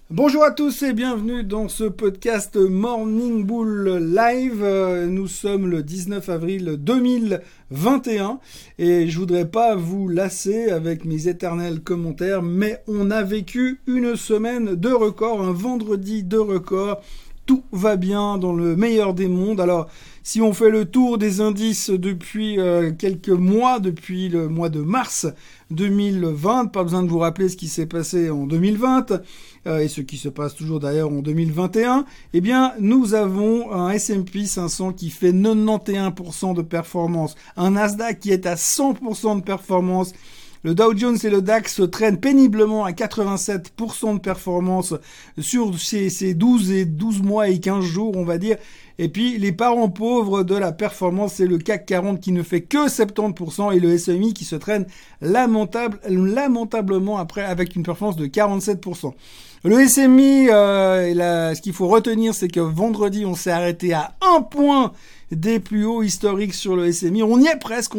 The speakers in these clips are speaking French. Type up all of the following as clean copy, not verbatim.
Bonjour à tous et bienvenue dans ce podcast Morning Bull Live. Nous sommes le 19 avril 2021 et je voudrais pas vous lasser avec mes éternels commentaires, mais on a vécu une semaine de record, un vendredi de record. Tout va bien dans le meilleur des mondes. Alors, si on fait le tour des indices depuis quelques mois, depuis le mois de mars 2020, pas besoin de vous rappeler ce qui s'est passé en 2020 et ce qui se passe toujours d'ailleurs en 2021, eh bien, nous avons un S&P 500 qui fait 91% de performance, un Nasdaq qui est à 100% de performance. Le Dow Jones et le DAX traînent péniblement à 87% de performance sur ces 12 mois et 15 jours, on va dire. Et puis, les parents pauvres de la performance, c'est le CAC 40 qui ne fait que 70% et le SMI qui se traîne lamentablement après avec une performance de 47%. Le SMI, ce qu'il faut retenir, c'est que vendredi, on s'est arrêté à 1 point des plus hauts historiques sur le SMI. On y est presque.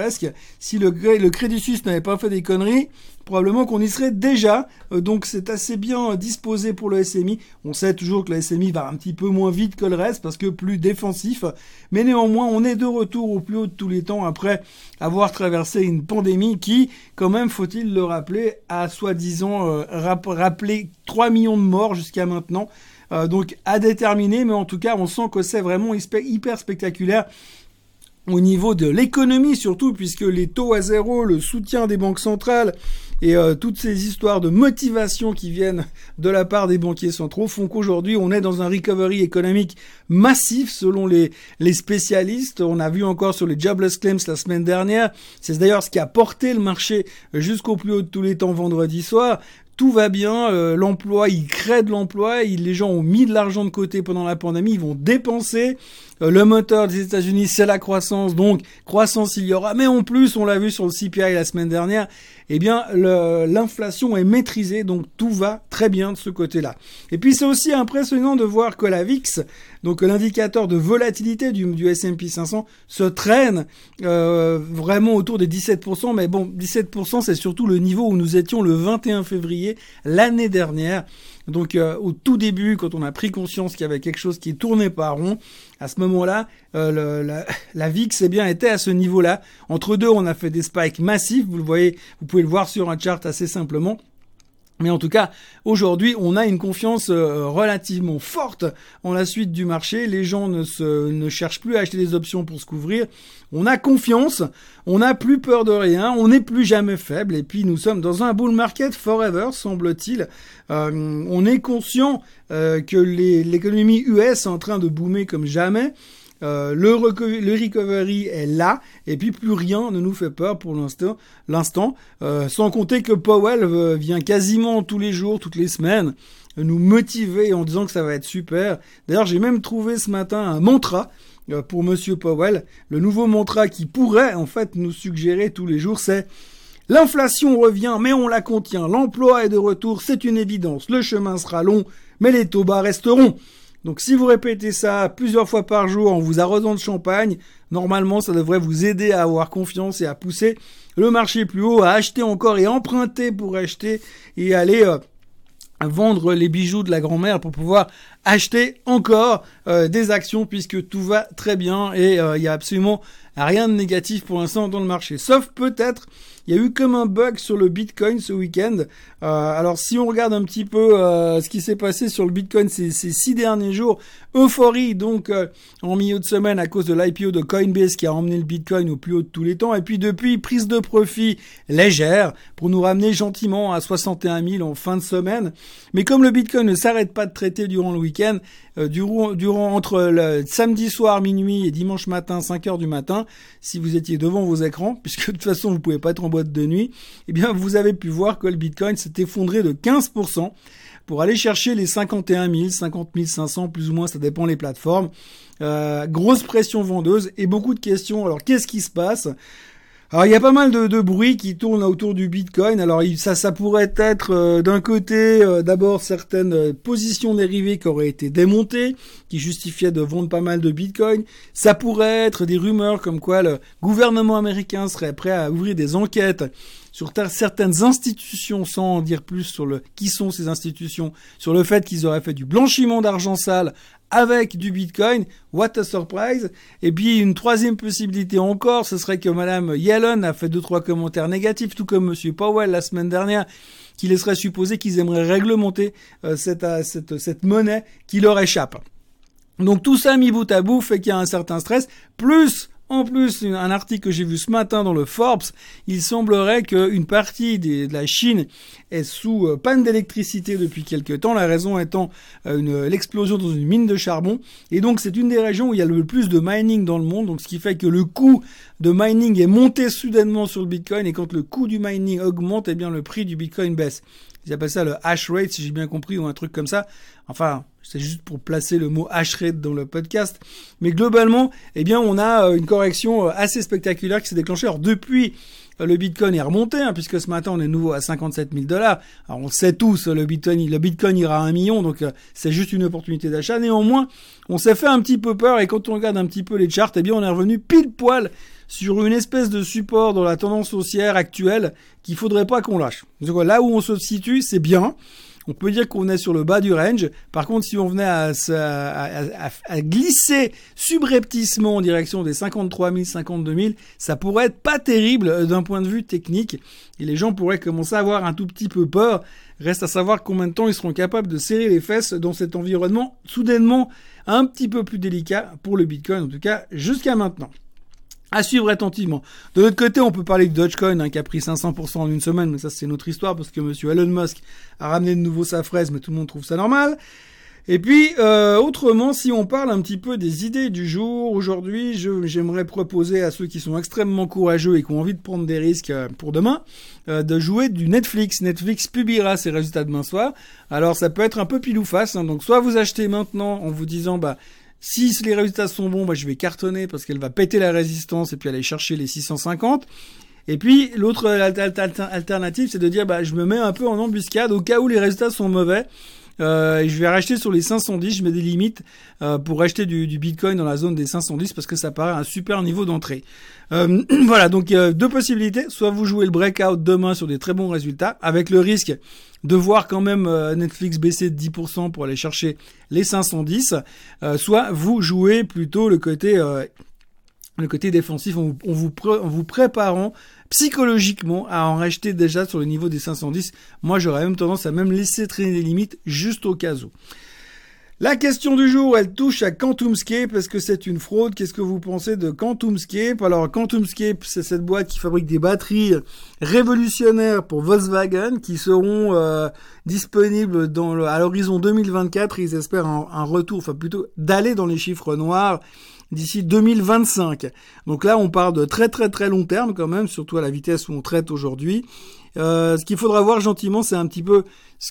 Si le Crédit Suisse n'avait pas fait des conneries, probablement qu'on y serait déjà. Donc c'est assez bien disposé pour le SMI. On sait toujours que le SMI va un petit peu moins vite que le reste parce que plus défensif. Mais néanmoins, on est de retour au plus haut de tous les temps après avoir traversé une pandémie qui, quand même, faut-il le rappeler, a soi-disant rappelé 3 millions de morts jusqu'à maintenant. Donc à déterminer, mais en tout cas, on sent que c'est vraiment hyper spectaculaire au niveau de l'économie surtout, puisque les taux à zéro, le soutien des banques centrales et toutes ces histoires de motivation qui viennent de la part des banquiers centraux font qu'aujourd'hui, on est dans un recovery économique massif selon les spécialistes. On a vu encore sur les jobless claims la semaine dernière. C'est d'ailleurs ce qui a porté le marché jusqu'au plus haut de tous les temps vendredi soir. Tout va bien, l'emploi, il crée de l'emploi, les gens ont mis de l'argent de côté pendant la pandémie, ils vont dépenser. Le moteur des États-Unis, c'est la croissance, donc croissance il y aura. Mais en plus, on l'a vu sur le CPI la semaine dernière, eh bien l'inflation est maîtrisée, donc tout va très bien de ce côté-là. Et puis c'est aussi impressionnant de voir que la VIX, donc l'indicateur de volatilité du S&P 500, se traîne vraiment autour des 17%. Mais bon, 17%, c'est surtout le niveau où nous étions le 21 février l'année dernière. Donc au tout début, quand on a pris conscience qu'il y avait quelque chose qui tournait pas rond, à ce moment-là, la VIX était à ce niveau-là. Entre deux, on a fait des spikes massifs. Vous le voyez, vous pouvez le voir sur un chart assez simplement. Mais en tout cas, aujourd'hui, on a une confiance relativement forte en la suite du marché. Les gens ne cherchent plus à acheter des options pour se couvrir. On a confiance, on n'a plus peur de rien, on n'est plus jamais faible. Et puis, nous sommes dans un bull market forever, semble-t-il. On est conscient que l'économie US est en train de boomer comme jamais. Le recovery est là, et puis plus rien ne nous fait peur pour l'instant, sans compter que Powell vient quasiment tous les jours, toutes les semaines, nous motiver en disant que ça va être super. D'ailleurs, j'ai même trouvé ce matin un mantra pour Monsieur Powell. Le nouveau mantra qui pourrait en fait nous suggérer tous les jours, c'est: l'inflation revient, mais on la contient. L'emploi est de retour, c'est une évidence. Le chemin sera long, mais les taux bas resteront. Donc si vous répétez ça plusieurs fois par jour en vous arrosant de champagne, normalement ça devrait vous aider à avoir confiance et à pousser le marché plus haut, à acheter encore et emprunter pour acheter et aller vendre les bijoux de la grand-mère pour pouvoir acheter encore des actions, puisque tout va très bien et il y a absolument rien de négatif pour l'instant dans le marché. Sauf peut-être, il y a eu comme un bug sur le Bitcoin ce week-end. Alors si on regarde un petit peu ce qui s'est passé sur le Bitcoin ces 6 derniers jours, euphorie donc en milieu de semaine à cause de l'IPO de Coinbase qui a emmené le Bitcoin au plus haut de tous les temps. Et puis depuis, prise de profit légère pour nous ramener gentiment à 61 000 en fin de semaine. Mais comme le Bitcoin ne s'arrête pas de traiter durant le week-end, durant entre le samedi soir minuit et dimanche matin 5 heures du matin, si vous étiez devant vos écrans, puisque de toute façon vous pouvez pas être en boîte de nuit, eh bien vous avez pu voir que le Bitcoin s'est effondré de 15% pour aller chercher les 51 000, 50 500 plus ou moins, ça dépend les plateformes. Grosse pression vendeuse et beaucoup de questions. Alors qu'est-ce qui se passe ? Alors il y a pas mal de bruit qui tourne autour du Bitcoin. Alors ça pourrait être d'un côté d'abord certaines positions dérivées qui auraient été démontées, qui justifiaient de vendre pas mal de Bitcoin. Ça pourrait être des rumeurs comme quoi le gouvernement américain serait prêt à ouvrir des enquêtes sur certaines institutions, sans en dire plus sur qui sont ces institutions, sur le fait qu'ils auraient fait du blanchiment d'argent sale avec du Bitcoin. What a surprise. Et puis, une troisième possibilité encore, ce serait que Madame Yellen a fait 2-3 commentaires négatifs, tout comme Monsieur Powell la semaine dernière, qui laisserait supposer qu'ils aimeraient réglementer cette monnaie qui leur échappe. Donc tout ça mis bout à bout fait qu'il y a un certain stress, en plus, un article que j'ai vu ce matin dans le Forbes, il semblerait qu'une partie de la Chine est sous panne d'électricité depuis quelque temps, la raison étant l'explosion dans une mine de charbon. Et donc c'est une des régions où il y a le plus de mining dans le monde, donc ce qui fait que le coût de mining est monté soudainement sur le Bitcoin, et quand le coût du mining augmente, eh bien le prix du Bitcoin baisse. Ils appellent ça le hash rate, si j'ai bien compris, ou un truc comme ça. Enfin, c'est juste pour placer le mot hash rate dans le podcast. Mais globalement, eh bien, on a une correction assez spectaculaire qui s'est déclenchée. Alors, depuis, le Bitcoin est remonté, puisque ce matin, on est de nouveau à 57 000 $. Alors, on sait tous, le Bitcoin ira à 1 million, donc c'est juste une opportunité d'achat. Néanmoins, on s'est fait un petit peu peur, et quand on regarde un petit peu les charts, eh bien, on est revenu pile poil sur une espèce de support dans la tendance haussière actuelle qu'il faudrait pas qu'on lâche. Donc là où on se situe, c'est bien. On peut dire qu'on est sur le bas du range. Par contre, si on venait à glisser subrepticement en direction des 53 000, 52 000, ça pourrait être pas terrible d'un point de vue technique. Et les gens pourraient commencer à avoir un tout petit peu peur. Reste à savoir combien de temps ils seront capables de serrer les fesses dans cet environnement soudainement un petit peu plus délicat pour le Bitcoin, en tout cas jusqu'à maintenant. À suivre attentivement. De l'autre côté, on peut parler de Dogecoin, qui a pris 500% en une semaine, mais ça c'est notre histoire parce que monsieur Elon Musk a ramené de nouveau sa fraise, mais tout le monde trouve ça normal. Et puis, autrement, si on parle un petit peu des idées du jour, aujourd'hui, j'aimerais proposer à ceux qui sont extrêmement courageux et qui ont envie de prendre des risques pour demain, de jouer du Netflix. Netflix publiera ses résultats demain soir. Alors, ça peut être un peu pile ou face, donc soit vous achetez maintenant en vous disant, si les résultats sont bons, je vais cartonner parce qu'elle va péter la résistance et puis aller chercher les 650. Et puis, l'autre alternative, c'est de dire, je me mets un peu en embuscade au cas où les résultats sont mauvais. Je vais racheter sur les 510, je mets des limites pour acheter du Bitcoin dans la zone des 510 parce que ça paraît un super niveau d'entrée. Voilà, donc deux possibilités. Soit vous jouez le breakout demain sur des très bons résultats, avec le risque de voir quand même Netflix baisser de 10% pour aller chercher les 510, soit vous jouez plutôt le côté défensif en vous préparant psychologiquement à en racheter déjà sur le niveau des 510. Moi, j'aurais même tendance à même laisser traîner les limites juste au cas où. La question du jour, elle touche à QuantumScape. Est-ce que c'est une fraude? Qu'est-ce que vous pensez de QuantumScape? Alors, QuantumScape, c'est cette boîte qui fabrique des batteries révolutionnaires pour Volkswagen qui seront disponibles à l'horizon 2024. Ils espèrent un retour, enfin plutôt d'aller dans les chiffres noirs d'ici 2025. Donc là, on parle de très très très long terme quand même, surtout à la vitesse où on traite aujourd'hui. Ce qu'il faudra voir gentiment, c'est un petit peu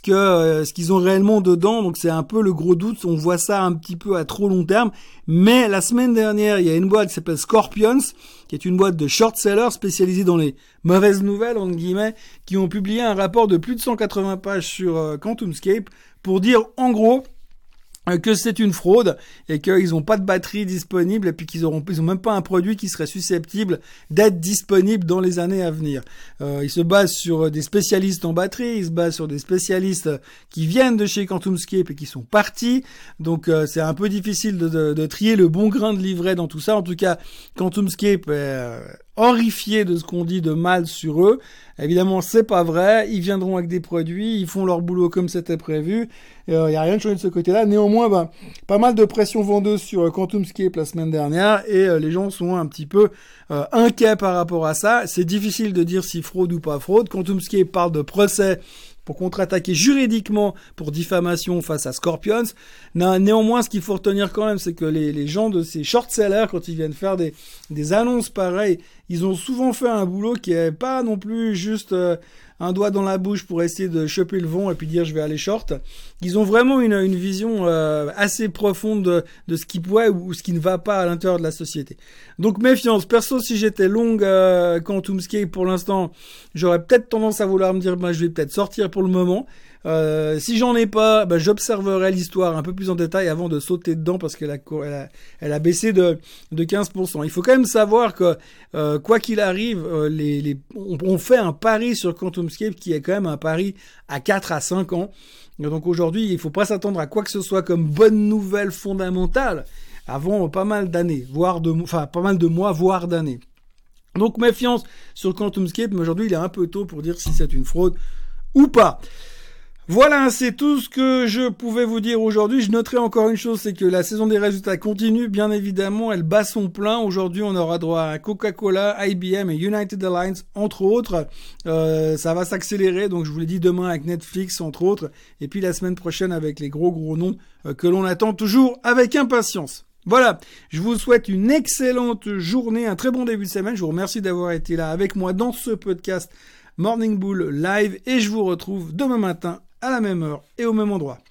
ce qu'ils ont réellement dedans. Donc c'est un peu le gros doute. On voit ça un petit peu à trop long terme. Mais la semaine dernière, il y a une boîte qui s'appelle Scorpions, qui est une boîte de short sellers spécialisée dans les mauvaises nouvelles, entre guillemets, qui ont publié un rapport de plus de 180 pages sur QuantumScape pour dire en gros que c'est une fraude et qu'ils n'ont pas de batterie disponible et puis ils ont même pas un produit qui serait susceptible d'être disponible dans les années à venir. Ils se basent sur des spécialistes en batterie, ils se basent sur des spécialistes qui viennent de chez QuantumScape et qui sont partis. Donc c'est un peu difficile de trier le bon grain de livret dans tout ça. En tout cas, QuantumScape est horrifié de ce qu'on dit de mal sur eux. Évidemment, c'est pas vrai. Ils viendront avec des produits, ils font leur boulot comme c'était prévu. Il y a rien de changé de ce côté-là. Néanmoins, pas mal de pression vendeuse sur QuantumScape la semaine dernière et les gens sont un petit peu inquiets par rapport à ça. C'est difficile de dire si fraude ou pas fraude. QuantumScape parle de procès pour contre-attaquer juridiquement pour diffamation face à Scorpions. Néanmoins, ce qu'il faut retenir quand même, c'est que les gens de ces short-sellers, quand ils viennent faire des annonces pareilles, ils ont souvent fait un boulot qui est pas non plus juste un doigt dans la bouche pour essayer de choper le vent et puis dire je vais aller short. Ils ont vraiment une vision assez profonde de ce qui pourrait ou ce qui ne va pas à l'intérieur de la société. Donc méfiance. Perso, si j'étais long QuantumScape pour l'instant, j'aurais peut-être tendance à vouloir me dire je vais peut-être sortir pour le moment. Si j'en ai pas, j'observerai l'histoire un peu plus en détail avant de sauter dedans parce qu'elle a baissé de 15%. Il faut quand même savoir que quoi qu'il arrive, on fait un pari sur QuantumScape qui est quand même un pari à 4 à 5 ans. Donc aujourd'hui, il faut pas s'attendre à quoi que ce soit comme bonne nouvelle fondamentale avant pas mal d'années, pas mal de mois, voire d'années. Donc méfiance sur QuantumScape, mais aujourd'hui il est un peu tôt pour dire si c'est une fraude ou pas. Voilà, c'est tout ce que je pouvais vous dire aujourd'hui. Je noterai encore une chose, c'est que la saison des résultats continue, bien évidemment, elle bat son plein. Aujourd'hui, on aura droit à Coca-Cola, IBM et United Airlines, entre autres. Ça va s'accélérer, donc je vous l'ai dit demain avec Netflix, entre autres. Et puis la semaine prochaine avec les gros noms que l'on attend toujours avec impatience. Voilà, je vous souhaite une excellente journée, un très bon début de semaine. Je vous remercie d'avoir été là avec moi dans ce podcast Morning Bull Live et je vous retrouve demain matin à la même heure et au même endroit.